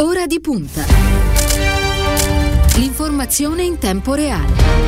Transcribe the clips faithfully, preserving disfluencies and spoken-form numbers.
Ora di punta. L'informazione in tempo reale.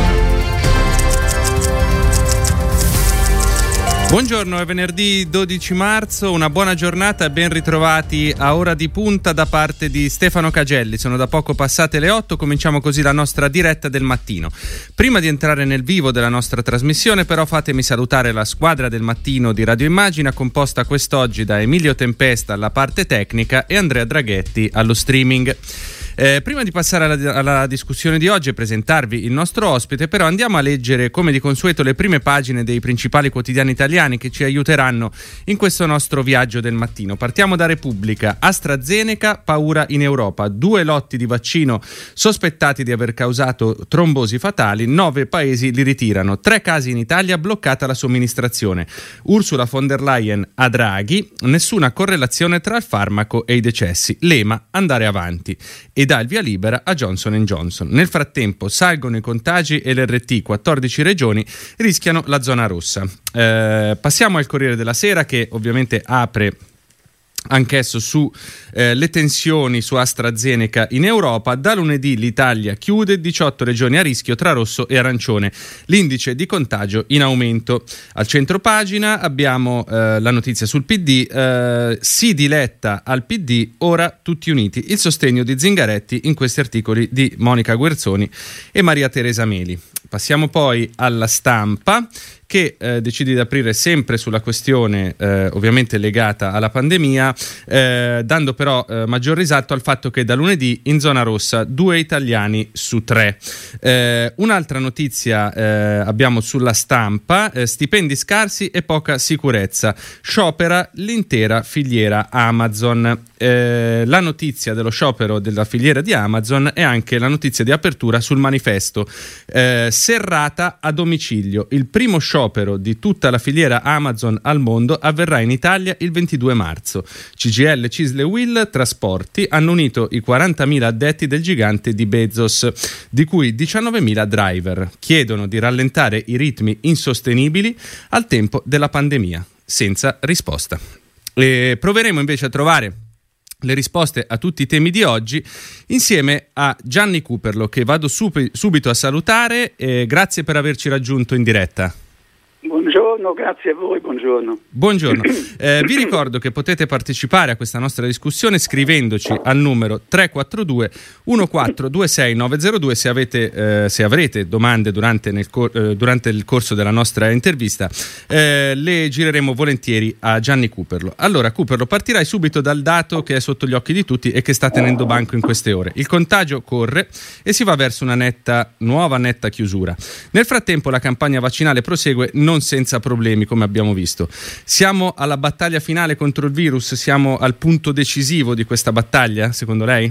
Buongiorno, è venerdì dodici marzo, una buona giornata e ben ritrovati a Ora di Punta da parte di Stefano Cagelli. Sono da poco passate le otto, cominciamo così la nostra diretta del mattino. Prima di entrare nel vivo della nostra trasmissione, però, fatemi salutare la squadra del mattino di Radio Immagina, composta quest'oggi da Emilio Tempesta alla parte tecnica e Andrea Draghetti allo streaming. Eh, prima di passare alla, alla discussione di oggi e presentarvi il nostro ospite, però andiamo a leggere come di consueto le prime pagine dei principali quotidiani italiani che ci aiuteranno in questo nostro viaggio del mattino. Partiamo da Repubblica. AstraZeneca, paura in Europa. Due lotti di vaccino sospettati di aver causato trombosi fatali, nove paesi li ritirano. Tre casi in Italia, bloccata la somministrazione. Ursula von der Leyen a Draghi, nessuna correlazione tra il farmaco e i decessi. L'EMA, andare avanti. E dà il via libera a Johnson and Johnson. Nel frattempo salgono i contagi e l'R T, quattordici regioni rischiano la zona rossa. Eh, passiamo al Corriere della Sera, che ovviamente apre anch'esso su eh, le tensioni su AstraZeneca in Europa. Da lunedì l'Italia chiude, diciotto regioni a rischio tra rosso e arancione, l'indice di contagio in aumento. Al centro pagina abbiamo eh, la notizia sul P D, eh, si diletta al P D, ora tutti uniti, il sostegno di Zingaretti in questi articoli di Monica Guerzoni e Maria Teresa Meli. Passiamo poi alla Stampa, che eh, decide di aprire sempre sulla questione eh, ovviamente legata alla pandemia, eh, dando però eh, maggior risalto al fatto che da lunedì in zona rossa due italiani su tre. Eh, un'altra notizia eh, abbiamo sulla Stampa, eh, stipendi scarsi e poca sicurezza, sciopera l'intera filiera Amazon. Eh, la notizia dello sciopero della filiera di Amazon è anche la notizia di apertura sul manifesto. Eh, serrata a domicilio, il primo sciopero di tutta la filiera Amazon al mondo avverrà in Italia il ventidue marzo. C G I L, Cisle e Will Trasporti hanno unito i quarantamila addetti del gigante di Bezos, di cui diciannovemila driver. Chiedono di rallentare i ritmi insostenibili al tempo della pandemia, senza risposta. E proveremo invece a trovare le risposte a tutti i temi di oggi insieme a Gianni Cooperlo, che vado subi- subito a salutare. Eh, grazie per averci raggiunto in diretta. Buongiorno, grazie a voi, buongiorno. Buongiorno. Eh, vi ricordo che potete partecipare a questa nostra discussione scrivendoci al numero tre quattro due uno quattro due sei nove zero due se avete eh, se avrete domande durante, nel cor- eh, durante il corso della nostra intervista. Eh, le gireremo volentieri a Gianni Cooperlo. Allora, Cooperlo, partirai subito dal dato che è sotto gli occhi di tutti e che sta tenendo banco in queste ore. Il contagio corre e si va verso una netta, nuova netta chiusura. Nel frattempo la campagna vaccinale prosegue, non senza problemi, come abbiamo visto. Siamo alla battaglia finale contro il virus? Siamo al punto decisivo di questa battaglia, secondo lei?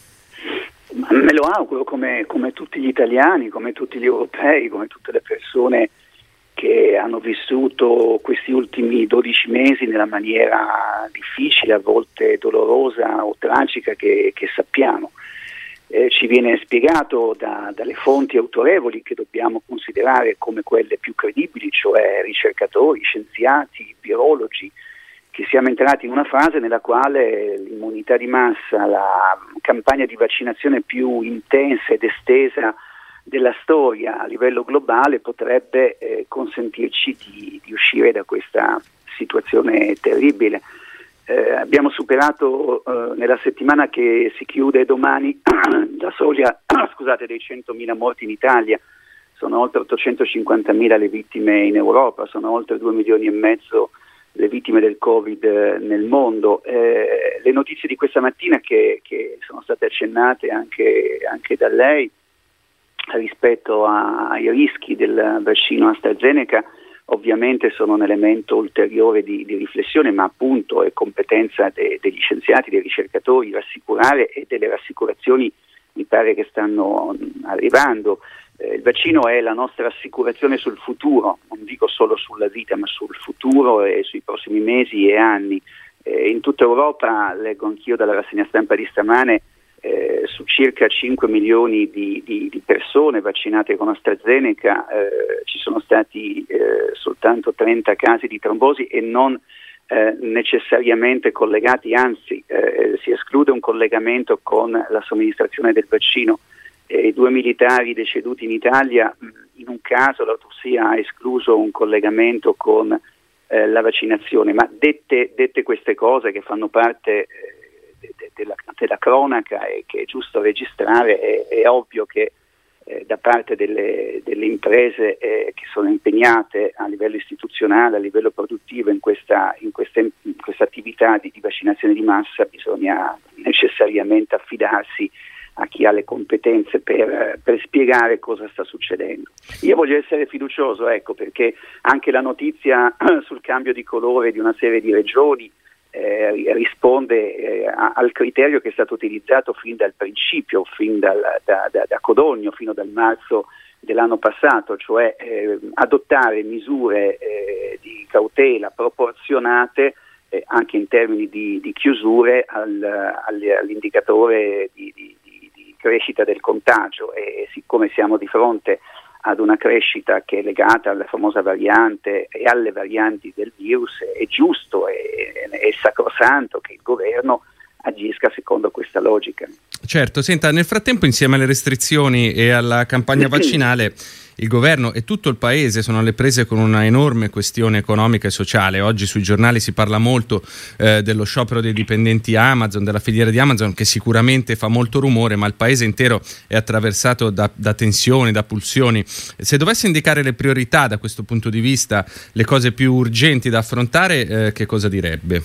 Me lo auguro, come, come tutti gli italiani, come tutti gli europei, come tutte le persone che hanno vissuto questi ultimi dodici mesi nella maniera difficile, a volte dolorosa o tragica che, che sappiamo. Eh, ci viene spiegato da, dalle fonti autorevoli che dobbiamo considerare come quelle più credibili, cioè ricercatori, scienziati, virologi, che siamo entrati in una fase nella quale l'immunità di massa, la campagna di vaccinazione più intensa ed estesa della storia a livello globale potrebbe eh, consentirci di, di uscire da questa situazione terribile. Eh, abbiamo superato eh, nella settimana che si chiude domani la soglia scusate, dei centomila morti in Italia, sono oltre ottocentocinquantamila le vittime in Europa, sono oltre due milioni e mezzo le vittime del Covid nel mondo. Eh, le notizie di questa mattina che, che sono state accennate anche, anche da lei rispetto a, ai rischi del vaccino AstraZeneca ovviamente sono un elemento ulteriore di, di riflessione, ma appunto è competenza de, degli scienziati, dei ricercatori rassicurare, e delle rassicurazioni mi pare che stanno arrivando. Eh, il vaccino è la nostra assicurazione sul futuro, non dico solo sulla vita, ma sul futuro e sui prossimi mesi e anni. Eh, in tutta Europa, leggo anch'io dalla rassegna stampa di stamane, Eh, su circa cinque milioni di, di, di persone vaccinate con AstraZeneca eh, ci sono stati eh, soltanto trenta casi di trombosi e non eh, necessariamente collegati, anzi eh, si esclude un collegamento con la somministrazione del vaccino. I due militari deceduti in Italia, in un caso l'autopsia ha escluso un collegamento con eh, la vaccinazione, ma dette, dette queste cose che fanno parte eh, de, de, della, della cronaca e che è giusto registrare, è, è ovvio che eh, da parte delle, delle imprese eh, che sono impegnate a livello istituzionale, a livello produttivo in questa, in questa, in questa attività di, di vaccinazione di massa, bisogna necessariamente affidarsi a chi ha le competenze per, per spiegare cosa sta succedendo. Io voglio essere fiducioso, ecco, perché anche la notizia sul cambio di colore di una serie di regioni eh, risponde eh, a, al criterio che è stato utilizzato fin dal principio, fin dal, da, da, da Codogno, fino dal marzo dell'anno passato, cioè eh, adottare misure eh, di cautela proporzionate eh, anche in termini di, di chiusure al, al, all'indicatore di, di crescita del contagio, e siccome siamo di fronte ad una crescita che è legata alla famosa variante e alle varianti del virus, è giusto e è sacrosanto che il governo agisca secondo questa logica. Certo, senta, nel frattempo insieme alle restrizioni e alla campagna vaccinale il governo e tutto il paese sono alle prese con una enorme questione economica e sociale. Oggi sui giornali si parla molto eh, dello sciopero dei dipendenti Amazon, della filiera di Amazon, che sicuramente fa molto rumore, ma il paese intero è attraversato da, da tensioni, da pulsioni. Se dovesse indicare le priorità da questo punto di vista, le cose più urgenti da affrontare, eh, che cosa direbbe?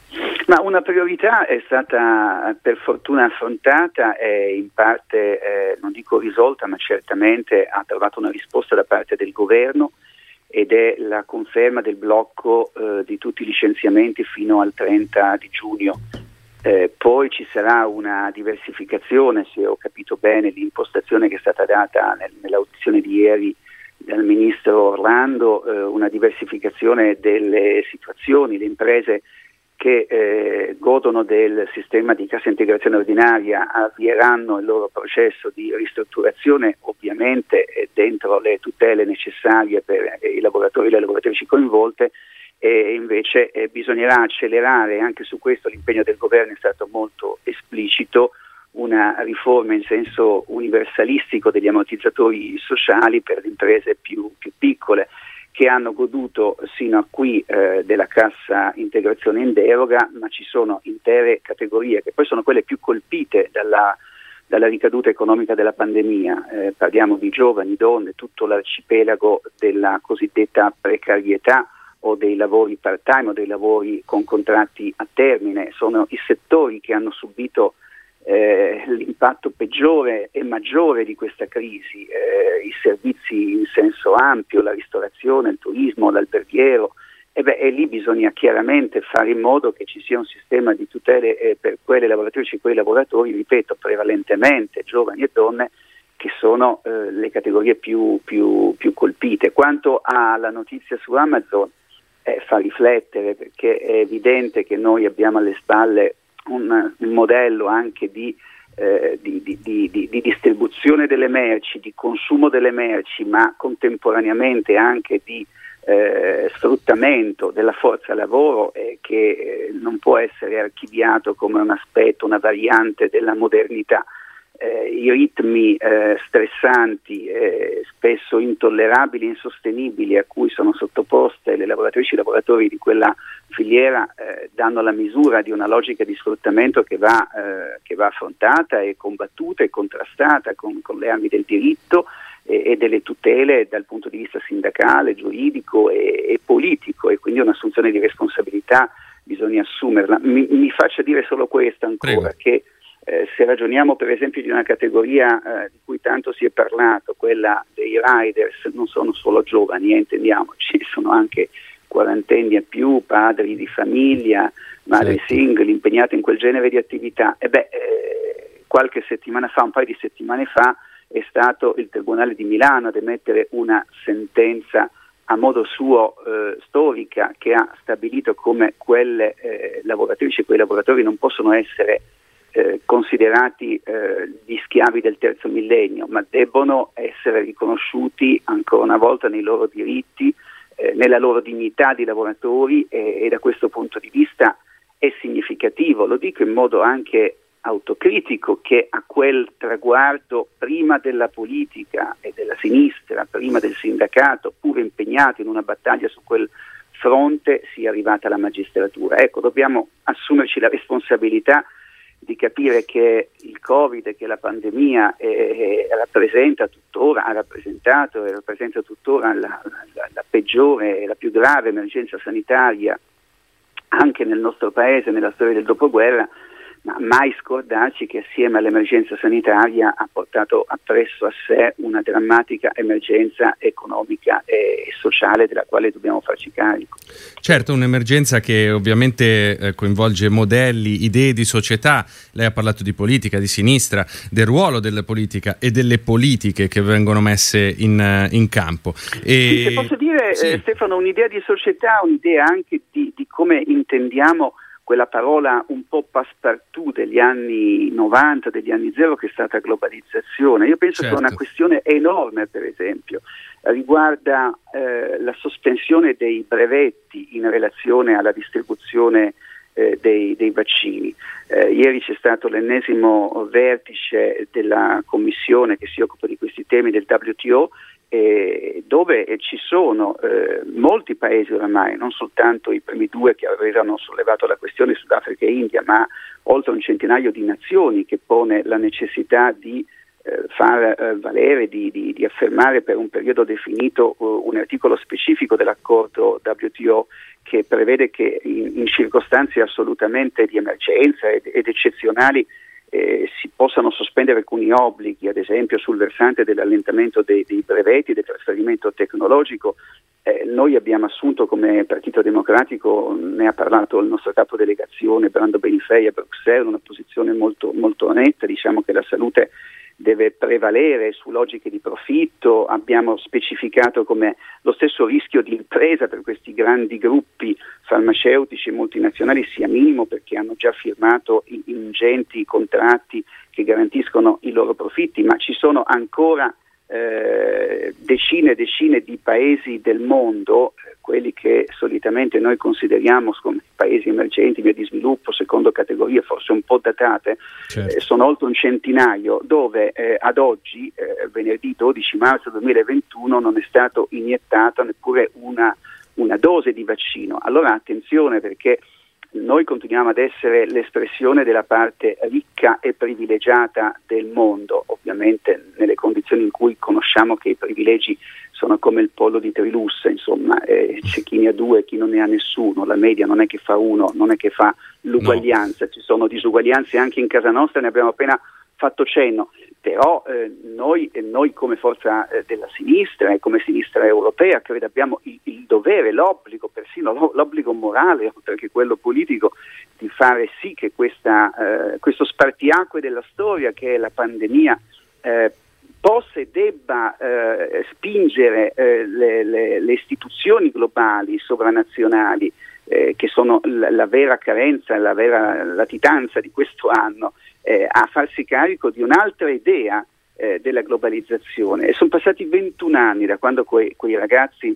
Ma una priorità è stata per fortuna affrontata e in parte, eh, non dico risolta, ma certamente ha trovato una risposta da parte del governo, ed è la conferma del blocco eh, di tutti i licenziamenti fino al trenta di giugno. Eh, poi ci sarà una diversificazione, se ho capito bene l'impostazione che è stata data nel, nell'audizione di ieri dal ministro Orlando, eh, una diversificazione delle situazioni. Le imprese che eh, godono del sistema di cassa integrazione ordinaria avvieranno il loro processo di ristrutturazione, ovviamente eh, dentro le tutele necessarie per eh, i lavoratori e le lavoratrici coinvolte, e invece eh, bisognerà accelerare, anche su questo l'impegno del governo è stato molto esplicito, una riforma in senso universalistico degli ammortizzatori sociali per le imprese più, più piccole, che hanno goduto sino a qui eh, della cassa integrazione in deroga, ma ci sono intere categorie che poi sono quelle più colpite dalla, dalla ricaduta economica della pandemia. Eh, parliamo di giovani, donne, tutto l'arcipelago della cosiddetta precarietà o dei lavori part-time o dei lavori con contratti a termine. Sono i settori che hanno subito Eh, l'impatto peggiore e maggiore di questa crisi, eh, i servizi in senso ampio, la ristorazione, il turismo, l'alberghiero, e, beh, e lì bisogna chiaramente fare in modo che ci sia un sistema di tutele eh, per quelle lavoratrici e quei lavoratori, ripeto, prevalentemente giovani e donne, che sono eh, le categorie più, più, più colpite. Quanto alla notizia su Amazon, eh, fa riflettere, perché è evidente che noi abbiamo alle spalle Un, un modello anche di, eh, di, di, di, di distribuzione delle merci, di consumo delle merci, ma contemporaneamente anche di eh, sfruttamento della forza lavoro eh, che eh, non può essere archiviato come un aspetto, una variante della modernità. Eh, I ritmi eh, stressanti, eh, spesso intollerabili, insostenibili, a cui sono sottoposte le lavoratrici e i lavoratori di quella filiera eh, danno la misura di una logica di sfruttamento che va, eh, che va affrontata e combattuta e contrastata con, con le armi del diritto e, e delle tutele dal punto di vista sindacale, giuridico e, e politico, e quindi un'assunzione di responsabilità bisogna assumerla. Mi, mi faccia dire solo questo ancora, Prego. che Eh, se ragioniamo per esempio di una categoria eh, di cui tanto si è parlato, quella dei riders, non sono solo giovani, eh, intendiamoci, sono anche quarantenni e più, padri di famiglia, madri certo. single, impegnate in quel genere di attività. E beh, eh, qualche settimana fa, un paio di settimane fa, è stato il Tribunale di Milano ad emettere una sentenza a modo suo eh, storica, che ha stabilito come quelle eh, lavoratrici e quei lavoratori non possono essere Eh, considerati eh, gli schiavi del terzo millennio, ma debbono essere riconosciuti ancora una volta nei loro diritti eh, nella loro dignità di lavoratori e, e da questo punto di vista è significativo, lo dico in modo anche autocritico, che a quel traguardo prima della politica e della sinistra, prima del sindacato, pur impegnato in una battaglia su quel fronte, sia arrivata la magistratura. Ecco, dobbiamo assumerci la responsabilità di capire che il Covid, che la pandemia eh, rappresenta tuttora, ha rappresentato e rappresenta tuttora la, la, la peggiore e la più grave emergenza sanitaria anche nel nostro paese, nella storia del dopoguerra, ma mai scordarci che assieme all'emergenza sanitaria ha portato appresso a sé una drammatica emergenza economica e sociale della quale dobbiamo farci carico. Certo, un'emergenza che ovviamente eh, coinvolge modelli, idee di società. Lei ha parlato di politica, di sinistra, del ruolo della politica e delle politiche che vengono messe in, in campo. E... Sì, se posso dire, sì. eh, Stefano, un'idea di società, un'idea anche di, di come intendiamo quella parola un po' passepartout degli anni novanta, degli anni zero, che è stata globalizzazione. Io penso certo. che una questione enorme, per esempio, riguarda eh, la sospensione dei brevetti in relazione alla distribuzione eh, dei, dei vaccini. Eh, ieri c'è stato l'ennesimo vertice della commissione che si occupa di questi temi del W T O, Eh, dove eh, ci sono eh, molti paesi oramai, non soltanto i primi due che avevano sollevato la questione, Sudafrica e India, ma oltre un centinaio di nazioni, che pone la necessità di eh, far eh, valere, di, di, di affermare per un periodo definito uh, un articolo specifico dell'accordo W T O che prevede che in, in circostanze assolutamente di emergenza ed, ed eccezionali Eh, si possano sospendere alcuni obblighi, ad esempio sul versante dell'allentamento dei, dei brevetti, del trasferimento tecnologico. Eh, noi abbiamo assunto come Partito Democratico, ne ha parlato il nostro capo delegazione Brando Benifei a Bruxelles, una posizione molto, molto netta. Diciamo che la salute deve prevalere su logiche di profitto. Abbiamo specificato come lo stesso rischio di impresa per questi grandi gruppi farmaceutici e multinazionali sia minimo, perché hanno già firmato ingenti contratti che garantiscono i loro profitti, ma ci sono ancora eh, decine e decine di paesi del mondo, eh, quelli che solitamente noi consideriamo come paesi emergenti, via di sviluppo, secondo categorie forse un po' datate, certo. eh, sono oltre un centinaio, dove eh, ad oggi, eh, venerdì dodici marzo duemilaventuno, non è stato iniettata neppure una, una dose di vaccino. Allora attenzione, perché noi continuiamo ad essere l'espressione della parte ricca e privilegiata del mondo, ovviamente nelle condizioni in cui conosciamo che i privilegi sono come il pollo di Trilussa, insomma, eh, c'è chi ne ha due, chi non ne ha nessuno, la media non è che fa uno, non è che fa l'uguaglianza, no. Ci sono disuguaglianze anche in casa nostra, ne abbiamo appena fatto cenno, però eh, noi, eh, noi come forza eh, della sinistra e come sinistra europea credo abbiamo il, il dovere, l'obbligo, persino l'obbligo morale, oltre che quello politico, di fare sì che questa, eh, questo spartiacque della storia che è la pandemia eh, possa e debba eh, spingere eh, le, le, le istituzioni globali, sovranazionali, eh, che sono la, la vera carenza, la vera latitanza di questo anno, eh, a farsi carico di un'altra idea eh, della globalizzazione. E sono passati ventuno anni da quando quei, quei ragazzi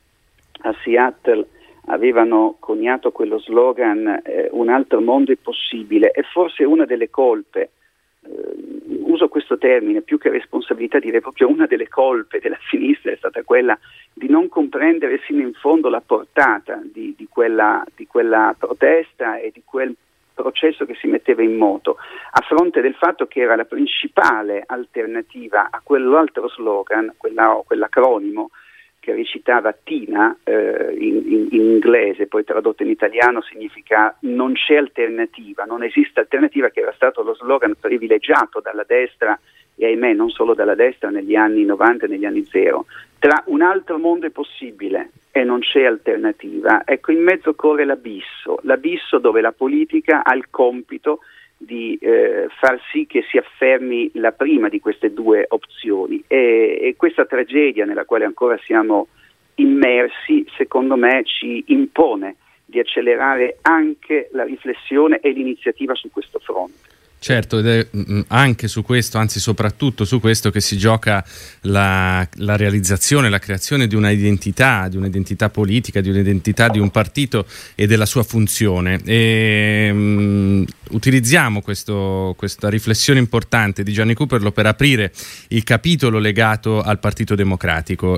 a Seattle avevano coniato quello slogan eh, un altro mondo è possibile, e forse una delle colpe, eh, uso questo termine più che responsabilità, direi proprio una delle colpe della sinistra è stata quella di non comprendere sino in fondo la portata di, di, quella, di quella protesta e di quel processo che si metteva in moto, a fronte del fatto che era la principale alternativa a quell'altro slogan, quella, quell'acronimo che recitava Tina eh, in, in, in inglese, poi tradotto in italiano significa non c'è alternativa, non esiste alternativa, che era stato lo slogan privilegiato dalla destra e ahimè non solo dalla destra negli anni novanta e negli anni zero. Tra un altro mondo è possibile e non c'è alternativa, ecco, in mezzo corre l'abisso, l'abisso dove la politica ha il compito di eh, far sì che si affermi la prima di queste due opzioni, e, e questa tragedia nella quale ancora siamo immersi, secondo me, ci impone di accelerare anche la riflessione e l'iniziativa su questo fronte. Certo, ed è anche su questo, anzi soprattutto su questo, che si gioca la, la realizzazione, la creazione di una identità, di un'identità politica, di un'identità di un partito e della sua funzione. E, um, utilizziamo questo, questa riflessione importante di Gianni Cooperlo per aprire il capitolo legato al Partito Democratico.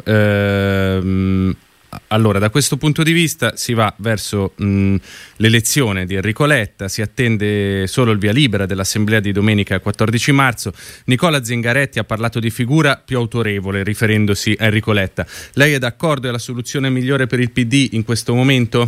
Ehm, Allora, da questo punto di vista si va verso mh, l'elezione di Enrico Letta, si attende solo il via libera dell'assemblea di domenica quattordici marzo. Nicola Zingaretti ha parlato di figura più autorevole riferendosi a Enrico Letta. Lei è d'accordo? È la soluzione migliore per il P D in questo momento?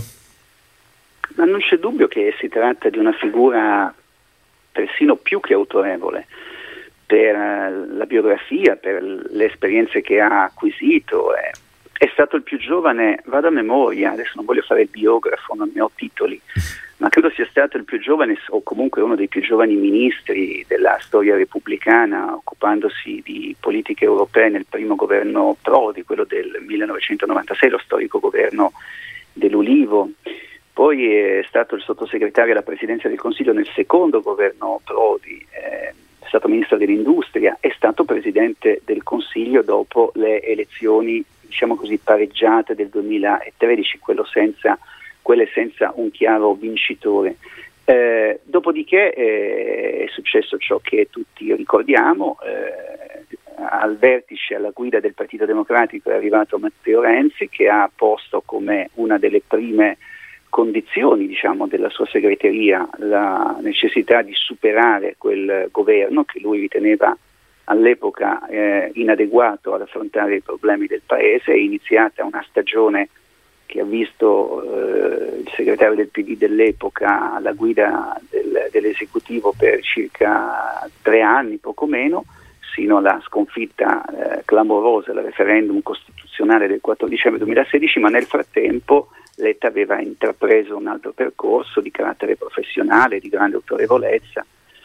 Ma non c'è dubbio che si tratta di una figura persino più che autorevole per la biografia, per le esperienze che ha acquisito. È, è stato il più giovane, vado a memoria, adesso non voglio fare il biografo, non ne ho titoli, ma credo sia stato il più giovane o comunque uno dei più giovani ministri della storia repubblicana, occupandosi di politiche europee nel primo governo Prodi, quello del millenovecentonovantasei, lo storico governo dell'Ulivo. Poi è stato il sottosegretario alla Presidenza del Consiglio nel secondo governo Prodi, eh, è stato ministro dell'Industria, è stato Presidente del Consiglio dopo le elezioni, diciamo così, pareggiate del duemilatredici, quello senza, quelle senza un chiaro vincitore. Eh, dopodiché eh, è successo ciò che tutti ricordiamo, eh, al vertice, alla guida del Partito Democratico è arrivato Matteo Renzi, che ha posto come una delle prime condizioni, diciamo, della sua segreteria la necessità di superare quel governo che lui riteneva all'epoca eh, inadeguato ad affrontare i problemi del paese. È iniziata una stagione che ha visto eh, il segretario del P D dell'epoca alla guida del, dell'esecutivo per circa tre anni, poco meno, sino alla sconfitta eh, clamorosa del referendum costituzionale del quattro dicembre duemilasedici, ma nel frattempo Letta aveva intrapreso un altro percorso di carattere professionale, di grande autorevolezza,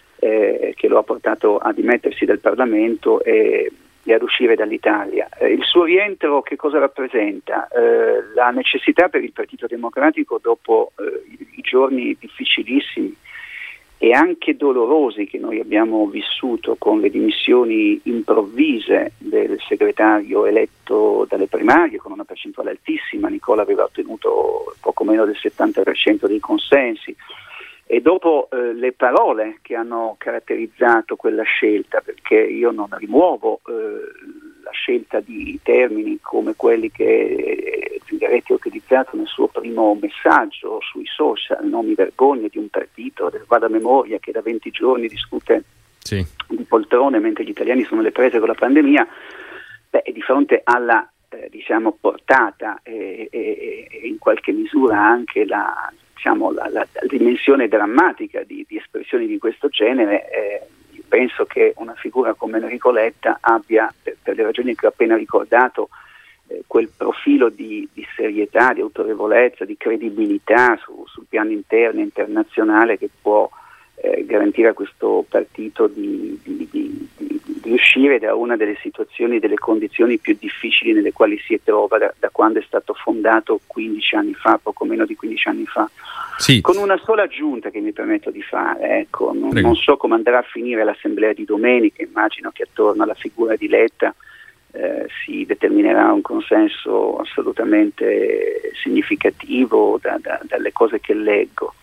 eh, che lo ha portato a dimettersi dal Parlamento e, e ad uscire dall'Italia. Eh, il suo rientro che cosa rappresenta? Eh, la necessità per il Partito Democratico, dopo eh, i, i giorni difficilissimi e anche dolorosi che noi abbiamo vissuto con le dimissioni improvvise del segretario eletto dalle primarie con una percentuale altissima, Nicola aveva ottenuto poco meno del settanta per cento dei consensi, e dopo eh, le parole che hanno caratterizzato quella scelta, perché io non rimuovo eh, la scelta di termini come quelli che Zingaretti ha utilizzato nel suo primo messaggio sui social: non mi vergogno di un partito, vado a memoria, che da venti giorni discute sì. di poltrone mentre gli italiani sono alle prese con la pandemia. Beh, di fronte alla eh, diciamo portata e, e, e in qualche misura anche la diciamo la, la, la dimensione drammatica di, di espressioni di questo genere, eh, penso che una figura come Enrico Letta abbia, per, per le ragioni che ho appena ricordato, eh, quel profilo di, di serietà, di autorevolezza, di credibilità su, sul piano interno e internazionale che può eh, garantire a questo partito di, di, di, di, di uscire da una delle situazioni, delle condizioni più difficili nelle quali si trova da, da quando è stato fondato quindici anni fa, poco meno di quindici anni fa. Sì. Con una sola aggiunta che mi permetto di fare, ecco, non, non so come andrà a finire l'assemblea di domenica, immagino che attorno alla figura di Letta eh, si determinerà un consenso assolutamente significativo da, da, dalle cose che leggo.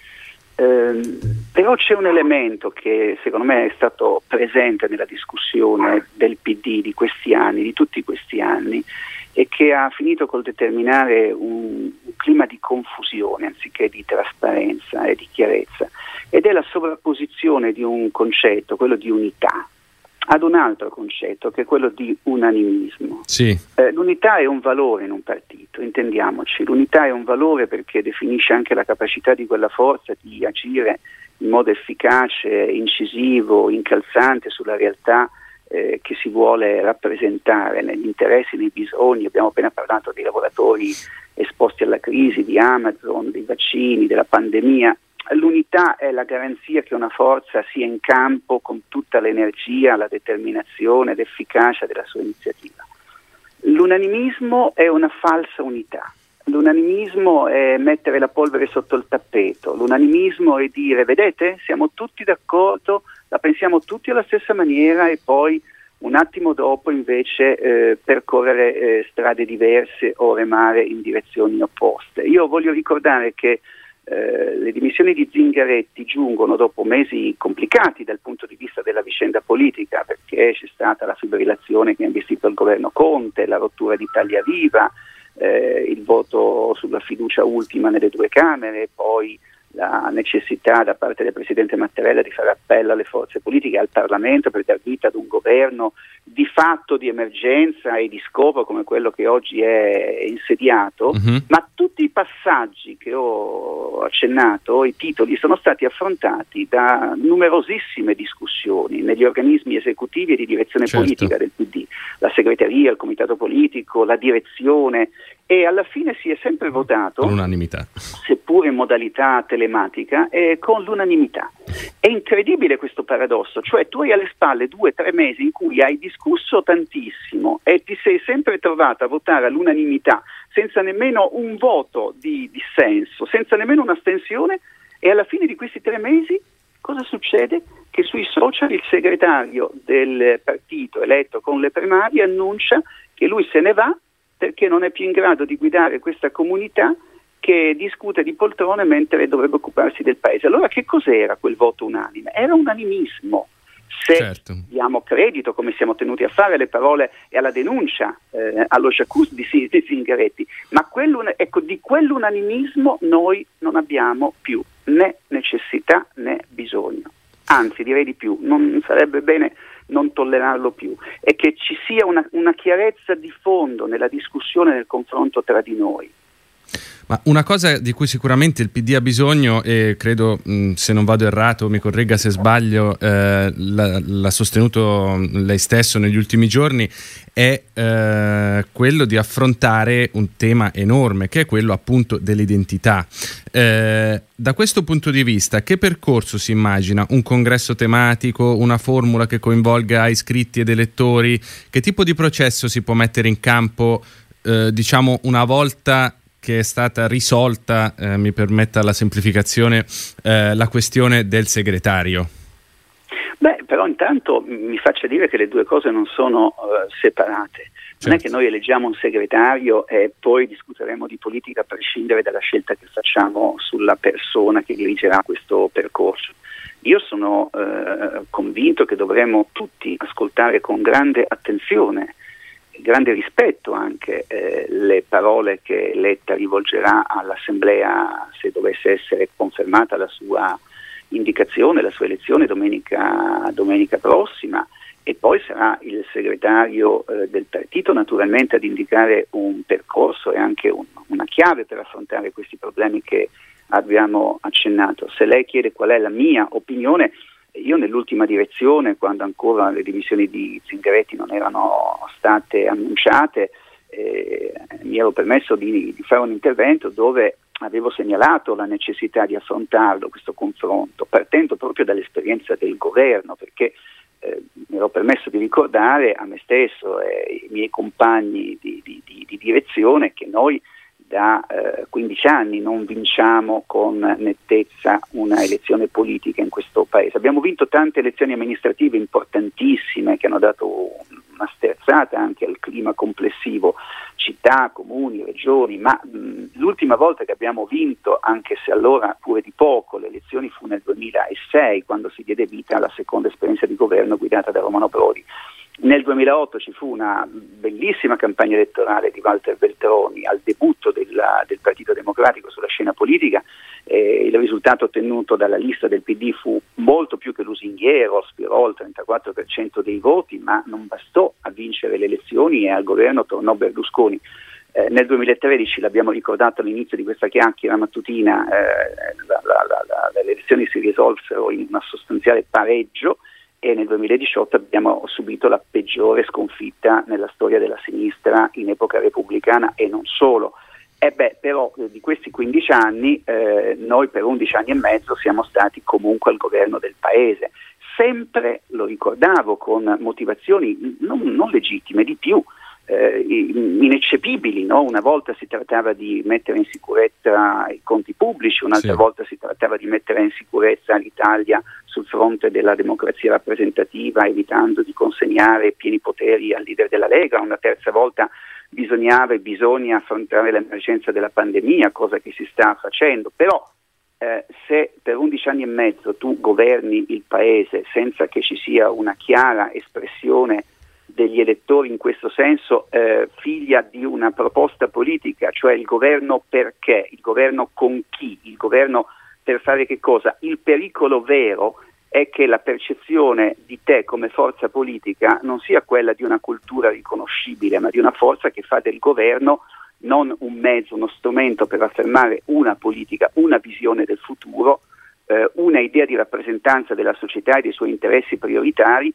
Eh, però c'è un elemento che secondo me è stato presente nella discussione del P D di questi anni, di tutti questi anni, e che ha finito col determinare un, un clima di confusione anziché di trasparenza e di chiarezza, ed è la sovrapposizione di un concetto, quello di unità, ad un altro concetto che è quello di unanimismo. Sì. Eh, l'unità è un valore in un partito, intendiamoci, l'unità è un valore perché definisce anche la capacità di quella forza di agire in modo efficace, incisivo, incalzante sulla realtà Eh, che si vuole rappresentare, negli interessi, nei bisogni. Abbiamo appena parlato dei lavoratori esposti alla crisi, di Amazon, dei vaccini, della pandemia. L'unità è la garanzia che una forza sia in campo con tutta l'energia, la determinazione, l'efficacia della sua iniziativa. L'unanimismo è una falsa unità. L'unanimismo è mettere la polvere sotto il tappeto, l'unanimismo è dire vedete siamo tutti d'accordo, la pensiamo tutti alla stessa maniera e poi un attimo dopo invece eh, percorrere eh, strade diverse o remare in direzioni opposte. Io voglio ricordare che eh, le dimissioni di Zingaretti giungono dopo mesi complicati dal punto di vista della vicenda politica, perché c'è stata la fibrillazione che ha investito il governo Conte, la rottura di Italia Viva, eh, il voto sulla fiducia ultima nelle due Camere, poi la necessità da parte del Presidente Mattarella di fare appello alle forze politiche e al Parlamento per dar vita ad un governo di fatto di emergenza e di scopo come quello che oggi è insediato, uh-huh. ma tutti i passaggi che ho accennato, i titoli, sono stati affrontati da numerosissime discussioni negli organismi esecutivi e di direzione certo. politica del P D, la segreteria, il comitato politico, la direzione, e alla fine si è sempre votato all'unanimità, seppur in modalità telematica, e con l'unanimità. È incredibile questo paradosso, cioè tu hai alle spalle due o tre mesi in cui hai discusso tantissimo e ti sei sempre trovato a votare all'unanimità senza nemmeno un voto di dissenso, senza nemmeno un'astensione, e alla fine di questi tre mesi cosa succede? Che sui social il segretario del partito eletto con le primarie annuncia che lui se ne va perché non è più in grado di guidare questa comunità che discute di poltrone mentre dovrebbe occuparsi del paese. Allora che cos'era quel voto unanime? Era unanimismo. Se certo. diamo credito, come siamo tenuti a fare, alle parole e alla denuncia, eh, allo j'accuse di, di Zingaretti, ma quell'un- ecco, di quell'unanimismo noi non abbiamo più né necessità né bisogno. Anzi, direi di più, non sarebbe bene non tollerarlo più, e che ci sia una, una chiarezza di fondo nella discussione, nel confronto tra di noi. Ma una cosa di cui sicuramente il P D ha bisogno, e credo, mh, se non vado errato, mi corregga se sbaglio, eh, l'ha, l'ha sostenuto lei stesso negli ultimi giorni, è eh, quello di affrontare un tema enorme, che è quello appunto dell'identità. Eh, da questo punto di vista, che percorso si immagina? Un congresso tematico, una formula che coinvolga iscritti ed elettori? Che tipo di processo si può mettere in campo, eh, diciamo, una volta che è stata risolta, eh, mi permetta la semplificazione, eh, la questione del segretario? Beh, però intanto mi faccia dire che le due cose non sono uh, separate. Certo. Non è che noi eleggiamo un segretario e poi discuteremo di politica a prescindere dalla scelta che facciamo sulla persona che dirigerà questo percorso. Io sono uh, convinto che dovremo tutti ascoltare con grande attenzione, grande rispetto anche eh, le parole che Letta rivolgerà all'Assemblea se dovesse essere confermata la sua indicazione, la sua elezione domenica, domenica prossima, e poi sarà il segretario eh, del partito naturalmente ad indicare un percorso e anche un, una chiave per affrontare questi problemi che abbiamo accennato. Se lei chiede qual è la mia opinione, io nell'ultima direzione, quando ancora le dimissioni di Zingaretti non erano state annunciate, eh, mi ero permesso di, di fare un intervento dove avevo segnalato la necessità di affrontarlo, questo confronto, partendo proprio dall'esperienza del governo, perché eh, mi ero permesso di ricordare a me stesso e ai miei compagni di, di, di, di direzione che noi da eh, quindici anni non vinciamo con nettezza una elezione politica in questo paese. Abbiamo vinto tante elezioni amministrative importantissime che hanno dato una sterzata anche al clima complessivo, città, comuni, regioni, ma mh, l'ultima volta che abbiamo vinto, anche se allora pure di poco, le elezioni fu nel duemilasei, quando si diede vita alla seconda esperienza di governo guidata da Romano Prodi. Nel duemilaotto ci fu una bellissima campagna elettorale di Walter Veltroni al debutto della, del Partito Democratico sulla scena politica. Eh, il risultato ottenuto dalla lista del P D fu molto più che lusinghiero, aspirò il trentaquattro per cento dei voti, ma non bastò a vincere le elezioni e al governo tornò Berlusconi. Eh, nel duemilatredici, l'abbiamo ricordato all'inizio di questa chiacchiera mattutina, eh, la, la, la, la, le elezioni si risolsero in un sostanziale pareggio, e nel duemiladiciotto abbiamo subito la peggiore sconfitta nella storia della sinistra in epoca repubblicana e non solo. E beh, però eh, di questi quindici anni eh, noi per undici anni e mezzo siamo stati comunque al governo del paese, sempre, lo ricordavo, con motivazioni non, non legittime, di più, eh, ineccepibili, no? Una volta si trattava di mettere in sicurezza i conti pubblici, un'altra sì. volta si trattava di mettere in sicurezza l'Italia sul fronte della democrazia rappresentativa, evitando di consegnare pieni poteri al leader della Lega, una terza volta bisognava e bisogna affrontare l'emergenza della pandemia, cosa che si sta facendo, però eh, se per undici anni e mezzo tu governi il paese senza che ci sia una chiara espressione degli elettori in questo senso, eh, figlia di una proposta politica, cioè il governo perché, il governo con chi, il governo per fare che cosa, il pericolo vero è che la percezione di te come forza politica non sia quella di una cultura riconoscibile, ma di una forza che fa del governo non un mezzo, uno strumento per affermare una politica, una visione del futuro, eh, una idea di rappresentanza della società e dei suoi interessi prioritari,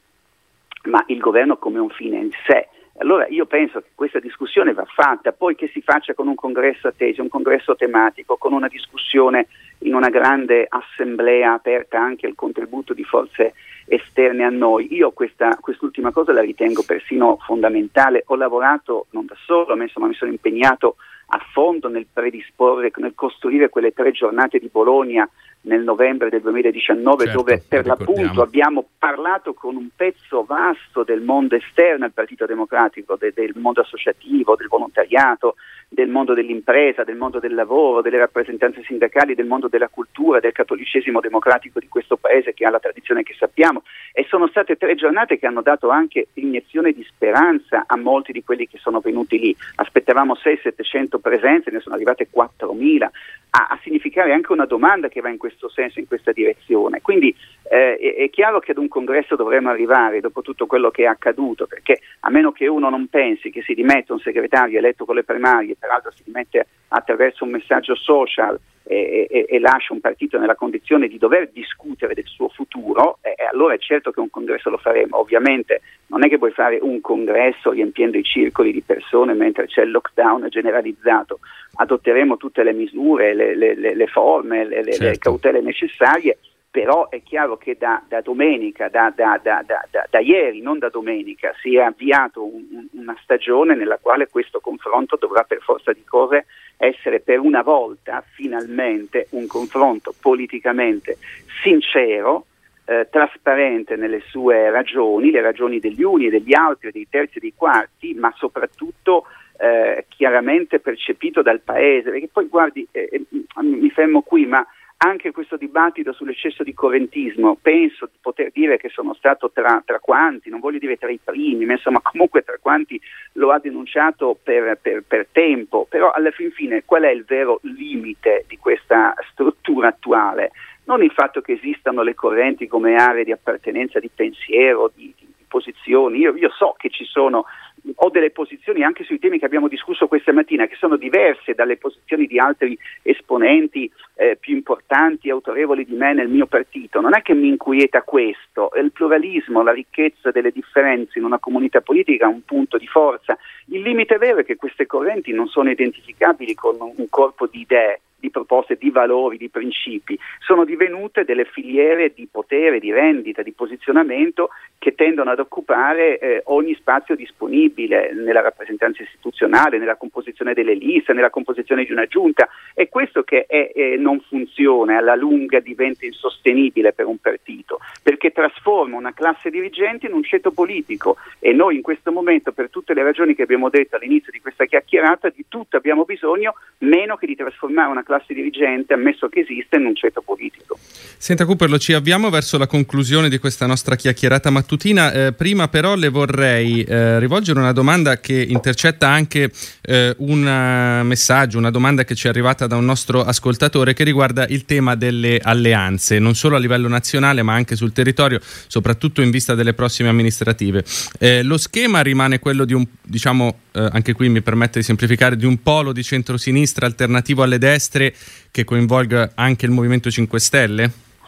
ma il governo come un fine in sé. Allora io penso che questa discussione va fatta, poi che si faccia con un congresso a tesi, un congresso tematico, con una discussione in una grande assemblea aperta anche al contributo di forze esterne a noi. Io questa quest'ultima cosa la ritengo persino fondamentale. Ho lavorato non da solo, ma insomma mi sono impegnato a fondo nel predisporre, nel costruire quelle tre giornate di Bologna nel novembre del duemiladiciannove, certo, dove per l'appunto abbiamo parlato con un pezzo vasto del mondo esterno al Partito Democratico, de, del mondo associativo, del volontariato, del mondo dell'impresa, del mondo del lavoro, delle rappresentanze sindacali, del mondo della cultura, del cattolicesimo democratico di questo paese che ha la tradizione che sappiamo, e sono state tre giornate che hanno dato anche iniezione di speranza a molti di quelli che sono venuti lì. Aspettavamo sei settecento presenze, ne sono arrivate quattromila, a, a significare anche una domanda che va in questo senso, in questa direzione. Quindi eh, è, è chiaro che ad un congresso dovremo arrivare dopo tutto quello che è accaduto, perché a meno che uno non pensi che si dimette un segretario eletto con le primarie, peraltro si dimette attraverso un messaggio social e, e, e lascia un partito nella condizione di dover discutere del suo futuro, eh, allora è certo che un congresso lo faremo. Ovviamente non è che puoi fare un congresso riempiendo i circoli di persone mentre c'è il lockdown generalizzato. Adotteremo tutte le misure, le, le, le, le forme, le, certo. le cautele necessarie, però è chiaro che da, da domenica, da, da, da, da, da, da ieri, non da domenica, si è avviato un, un, una stagione nella quale questo confronto dovrà per forza di cose essere per una volta finalmente un confronto politicamente sincero, eh, trasparente nelle sue ragioni, le ragioni degli uni e degli altri, dei terzi e dei quarti, ma soprattutto eh, chiaramente percepito dal Paese, perché poi guardi, eh, mi fermo qui, ma anche questo dibattito sull'eccesso di correntismo, penso di poter dire che sono stato tra, tra quanti, non voglio dire tra i primi, ma insomma comunque tra quanti lo ha denunciato per, per, per tempo, però alla fin fine qual è il vero limite di questa struttura attuale? Non il fatto che esistano le correnti come aree di appartenenza, di pensiero, di, di, di posizioni. Io, io so che ci sono, ho delle posizioni anche sui temi che abbiamo discusso questa mattina che sono diverse dalle posizioni di altri esponenti eh, più importanti e autorevoli di me nel mio partito. Non è che mi inquieta questo, il pluralismo, la ricchezza delle differenze in una comunità politica è un punto di forza. Il limite vero è che queste correnti non sono identificabili con un corpo di idee, di proposte, di valori, di principi, sono divenute delle filiere di potere, di rendita, di posizionamento che tendono ad occupare eh, ogni spazio disponibile nella rappresentanza istituzionale, nella composizione delle liste, nella composizione di una giunta. È questo che è, eh, non funziona, alla lunga diventa insostenibile per un partito, perché trasforma una classe dirigente in un ceto politico, e noi in questo momento, per tutte le ragioni che abbiamo detto all'inizio di questa chiacchierata, di tutto abbiamo bisogno meno che di trasformare una classe dirigente, ammesso che esista, in un ceto politico. Senta Cooperlo, ci avviamo verso la conclusione di questa nostra chiacchierata mattutina. Eh, prima però le vorrei eh, rivolgere una domanda che intercetta anche eh, un messaggio, una domanda che ci è arrivata da un nostro ascoltatore che riguarda il tema delle alleanze, non solo a livello nazionale ma anche sul territorio, soprattutto in vista delle prossime amministrative. Eh, lo schema rimane quello di un, diciamo, eh, anche qui mi permette di semplificare, di un polo di centrosinistra alternativo alle destre che coinvolga anche il Movimento cinque Stelle?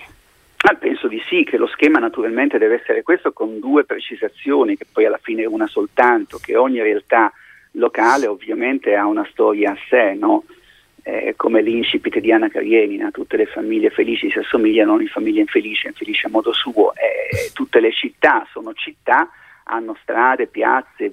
Ah, penso di sì, che lo schema naturalmente deve essere questo, con due precisazioni, che poi alla fine è una soltanto, che ogni realtà locale ovviamente ha una storia a sé, no? Eh, come l'incipit di Anna Karenina, tutte le famiglie felici si assomigliano, ogni famiglia infelice, infelice a modo suo, eh, tutte le città sono città hanno strade, piazze,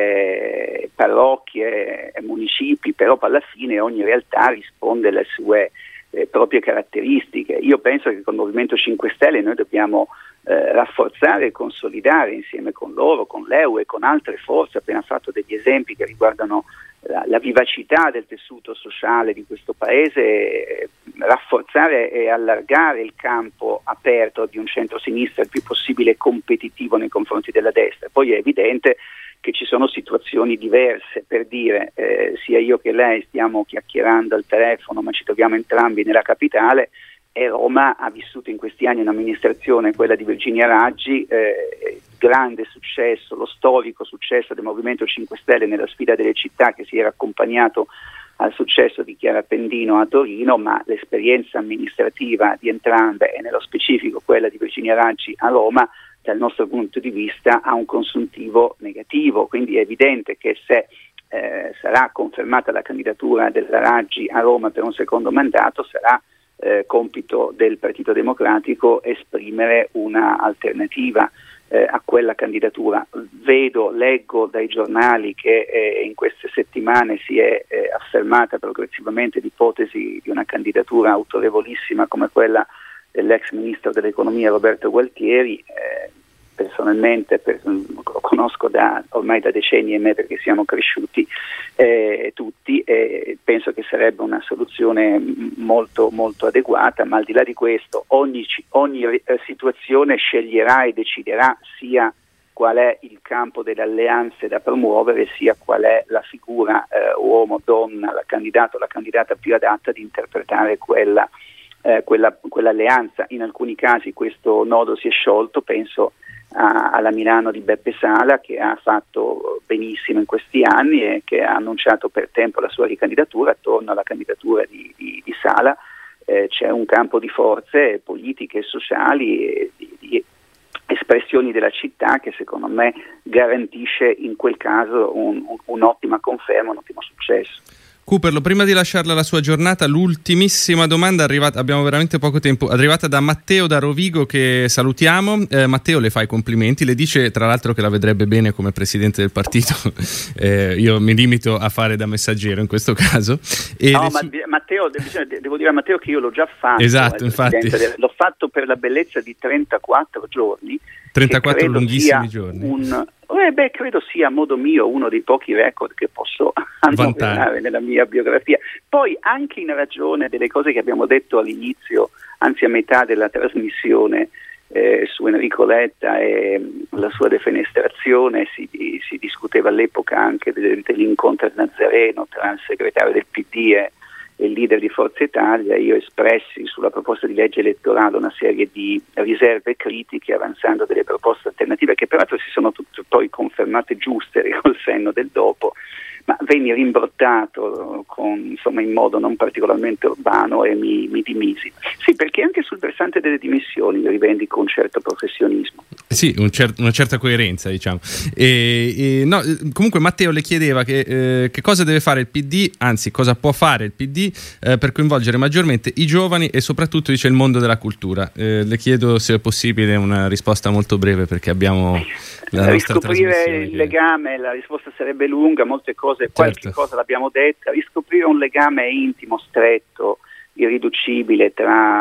vie, parrocchie, municipi, però alla fine ogni realtà risponde alle sue eh, proprie caratteristiche. Io penso che con il Movimento cinque Stelle noi dobbiamo eh, rafforzare e consolidare insieme con loro, con l'E U e con altre forze. Ho appena fatto degli esempi che riguardano la, la vivacità del tessuto sociale di questo paese, eh, rafforzare e allargare il campo aperto di un centro-sinistra il più possibile competitivo nei confronti della destra. Poi è evidente che ci sono situazioni diverse, per dire, eh, sia io che lei stiamo chiacchierando al telefono, ma ci troviamo entrambi nella capitale, e Roma ha vissuto in questi anni un'amministrazione, quella di Virginia Raggi, eh, grande successo, lo storico successo del Movimento cinque Stelle nella sfida delle città, che si era accompagnato al successo di Chiara Pendino a Torino, ma l'esperienza amministrativa di entrambe, e nello specifico quella di Virginia Raggi a Roma, dal nostro punto di vista ha un consuntivo negativo. Quindi è evidente che se eh, sarà confermata la candidatura della Raggi a Roma per un secondo mandato, sarà eh, compito del Partito Democratico esprimere una alternativa eh, a quella candidatura. Vedo, leggo dai giornali che eh, in queste settimane si è eh, affermata progressivamente l'ipotesi di una candidatura autorevolissima come quella dell'ex ministro dell'economia Roberto Gualtieri. Eh, personalmente per, lo conosco da, ormai da decenni e me, perché siamo cresciuti eh, tutti, e penso che sarebbe una soluzione molto molto adeguata, ma al di là di questo ogni, ogni eh, situazione sceglierà e deciderà sia qual è il campo delle alleanze da promuovere, sia qual è la figura eh, uomo, donna, la candidato o la candidata più adatta di interpretare quella Eh, quella, quell'alleanza. In alcuni casi questo nodo si è sciolto, penso a, alla Milano di Beppe Sala, che ha fatto benissimo in questi anni e che ha annunciato per tempo la sua ricandidatura. Attorno alla candidatura di, di, di Sala eh, c'è un campo di forze politiche e sociali e di, di espressioni della città che secondo me garantisce in quel caso un, un, un'ottima conferma, un ottimo successo. Cooperlo, prima di lasciarla la sua giornata, l'ultimissima domanda arrivata, abbiamo veramente poco tempo, arrivata da Matteo da Rovigo, che salutiamo. Eh, Matteo le fa i complimenti, le dice tra l'altro che la vedrebbe bene come presidente del partito. eh, io mi limito a fare da messaggero in questo caso. E no, su... ma Matteo, devo dire a Matteo che io l'ho già fatto. Esatto, infatti. Del, l'ho fatto per la bellezza di trentaquattro giorni. trentaquattro lunghissimi giorni. Un, eh beh, credo sia a modo mio uno dei pochi record che posso annoverare nella mia biografia. Poi, anche in ragione delle cose che abbiamo detto all'inizio, anzi a metà della trasmissione, eh, su Enrico Letta e la sua defenestrazione, si, si discuteva all'epoca anche dell'incontro a Nazareno tra il segretario del P D e il leader di Forza Italia. Io espressi sulla proposta di legge elettorale una serie di riserve critiche, avanzando delle proposte alternative che peraltro si sono tutte poi confermate giuste col senno del dopo, ma venni rimbrottato con, insomma, in modo non particolarmente urbano e mi, mi dimisi. Sì, perché anche sul versante delle dimissioni rivendico un certo professionismo. Sì, un cer- una certa coerenza, diciamo. E, e, no, comunque Matteo le chiedeva che, eh, che cosa deve fare il P D, anzi cosa può fare il P D eh, per coinvolgere maggiormente i giovani e soprattutto, dice, il mondo della cultura. Eh, le chiedo se è possibile una risposta molto breve, perché abbiamo la nostra riscoprire il legame. La risposta sarebbe lunga, molte cose, qualche certo. cosa l'abbiamo detta. Riscoprire un legame intimo, stretto, irriducibile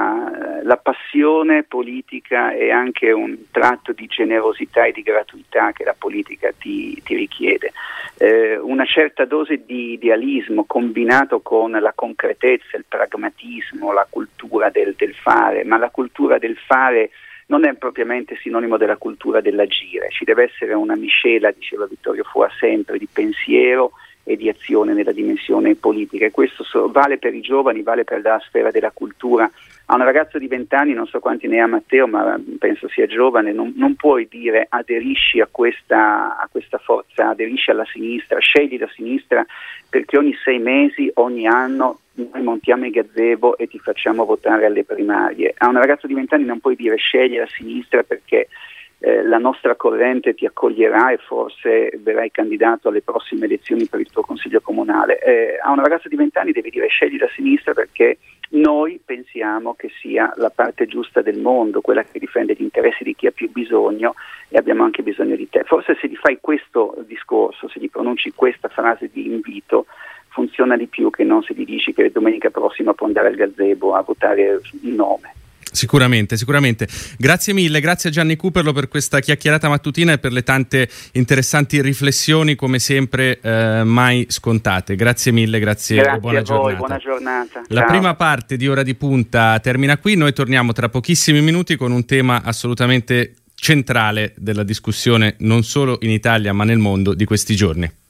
tra la passione politica e anche un tratto di generosità e di gratuità che la politica ti, ti richiede. Eh, una certa dose di idealismo combinato con la concretezza, il pragmatismo, la cultura del, del fare, ma la cultura del fare non è propriamente sinonimo della cultura dell'agire. Ci deve essere una miscela, diceva Vittorio Foa sempre, di pensiero e di azione nella dimensione politica, e questo so, vale per i giovani, vale per la sfera della cultura. A un ragazzo di vent'anni, non so quanti ne ha Matteo, ma penso sia giovane, non, non puoi dire aderisci a questa, a questa forza, aderisci alla sinistra, scegli la sinistra, perché ogni sei mesi, ogni anno noi montiamo i gazebo e ti facciamo votare alle primarie. A un ragazzo di vent'anni non puoi dire scegli la sinistra perché Eh, la nostra corrente ti accoglierà e forse verrai candidato alle prossime elezioni per il tuo consiglio comunale. Eh, a un ragazzo di vent'anni devi dire scegli la sinistra perché noi pensiamo che sia la parte giusta del mondo, quella che difende gli interessi di chi ha più bisogno, e abbiamo anche bisogno di te. Forse se gli fai questo discorso, se gli pronunci questa frase di invito, funziona di più che non se gli dici che domenica prossima può andare al gazebo a votare il nome. Sicuramente, sicuramente. Grazie mille, grazie a Gianni Cooperlo per questa chiacchierata mattutina e per le tante interessanti riflessioni, come sempre eh, mai scontate. Grazie mille, grazie, grazie e buona a voi, giornata. buona giornata. La Ciao. prima parte di Ora di Punta termina qui, noi torniamo tra pochissimi minuti con un tema assolutamente centrale della discussione non solo in Italia ma nel mondo di questi giorni.